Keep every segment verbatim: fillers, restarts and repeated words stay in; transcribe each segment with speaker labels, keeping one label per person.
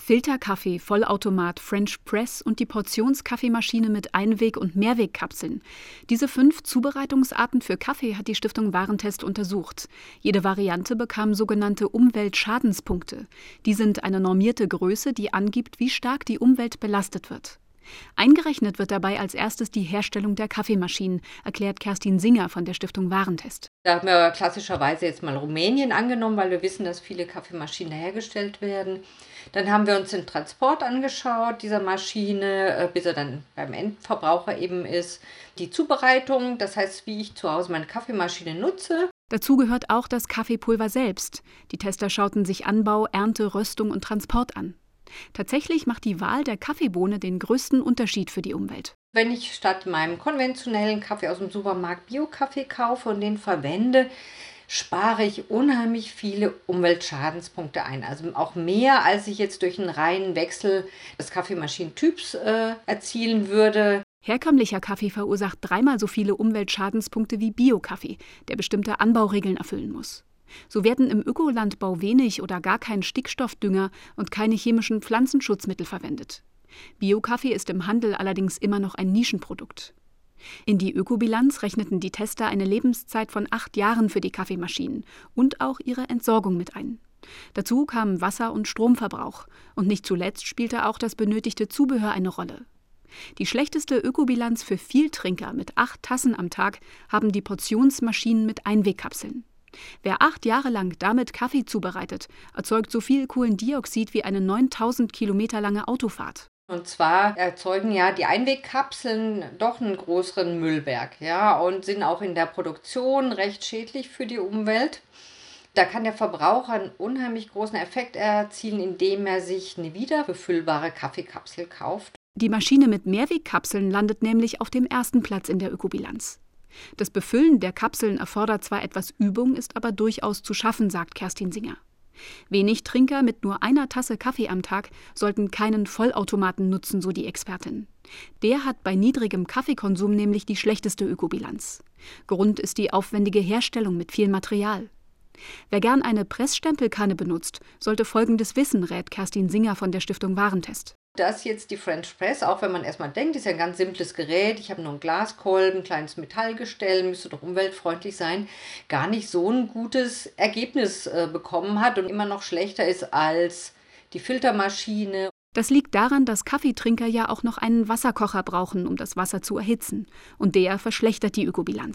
Speaker 1: Filterkaffee, Vollautomat, French Press und die Portionskaffeemaschine mit Einweg- und Mehrwegkapseln. Diese fünf Zubereitungsarten für Kaffee hat die Stiftung Warentest untersucht. Jede Variante bekam sogenannte Umweltschadenspunkte. Die sind eine normierte Größe, die angibt, wie stark die Umwelt belastet wird. Eingerechnet wird dabei als erstes die Herstellung der Kaffeemaschinen, erklärt Kerstin Singer von der Stiftung Warentest.
Speaker 2: Da haben wir klassischerweise jetzt mal Rumänien angenommen, weil wir wissen, dass viele Kaffeemaschinen hergestellt werden. Dann haben wir uns den Transport angeschaut dieser Maschine, bis er dann beim Endverbraucher eben ist. Die Zubereitung, das heißt, wie ich zu Hause meine Kaffeemaschine nutze.
Speaker 1: Dazu gehört auch das Kaffeepulver selbst. Die Tester schauten sich Anbau, Ernte, Röstung und Transport an. Tatsächlich macht die Wahl der Kaffeebohne den größten Unterschied für die Umwelt.
Speaker 2: Wenn ich statt meinem konventionellen Kaffee aus dem Supermarkt Bio-Kaffee kaufe und den verwende, spare ich unheimlich viele Umweltschadenspunkte ein. Also auch mehr, als ich jetzt durch einen reinen Wechsel des Kaffeemaschinentyps äh, erzielen würde.
Speaker 1: Herkömmlicher Kaffee verursacht dreimal so viele Umweltschadenspunkte wie Bio-Kaffee, der bestimmte Anbauregeln erfüllen muss. So werden im Ökolandbau wenig oder gar kein Stickstoffdünger und keine chemischen Pflanzenschutzmittel verwendet. Bio-Kaffee ist im Handel allerdings immer noch ein Nischenprodukt. In die Ökobilanz rechneten die Tester eine Lebenszeit von acht Jahren für die Kaffeemaschinen und auch ihre Entsorgung mit ein. Dazu kamen Wasser- und Stromverbrauch und nicht zuletzt spielte auch das benötigte Zubehör eine Rolle. Die schlechteste Ökobilanz für Vieltrinker mit acht Tassen am Tag haben die Portionsmaschinen mit Einwegkapseln. Wer acht Jahre lang damit Kaffee zubereitet, erzeugt so viel Kohlendioxid wie eine neuntausend Kilometer lange Autofahrt.
Speaker 2: Und zwar erzeugen ja die Einwegkapseln doch einen größeren Müllberg, ja, und sind auch in der Produktion recht schädlich für die Umwelt. Da kann der Verbraucher einen unheimlich großen Effekt erzielen, indem er sich eine wiederbefüllbare Kaffeekapsel kauft.
Speaker 1: Die Maschine mit Mehrwegkapseln landet nämlich auf dem ersten Platz in der Ökobilanz. Das Befüllen der Kapseln erfordert zwar etwas Übung, ist aber durchaus zu schaffen, sagt Kerstin Singer. Wenigtrinker mit nur einer Tasse Kaffee am Tag sollten keinen Vollautomaten nutzen, so die Expertin. Der hat bei niedrigem Kaffeekonsum nämlich die schlechteste Ökobilanz. Grund ist die aufwendige Herstellung mit viel Material. Wer gern eine Pressstempelkanne benutzt, sollte Folgendes wissen, rät Kerstin Singer von der Stiftung Warentest.
Speaker 2: Dass jetzt die French Press, auch wenn man erstmal denkt, ist ja ein ganz simples Gerät, ich habe nur einen Glaskolben, ein kleines Metallgestell, müsste doch umweltfreundlich sein, gar nicht so ein gutes Ergebnis äh, bekommen hat und immer noch schlechter ist als die Filtermaschine.
Speaker 1: Das liegt daran, dass Kaffeetrinker ja auch noch einen Wasserkocher brauchen, um das Wasser zu erhitzen. Und der verschlechtert die Ökobilanz.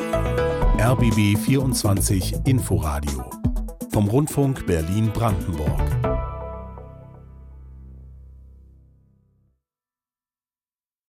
Speaker 3: R B B vierundzwanzig Inforadio vom Rundfunk Berlin-Brandenburg.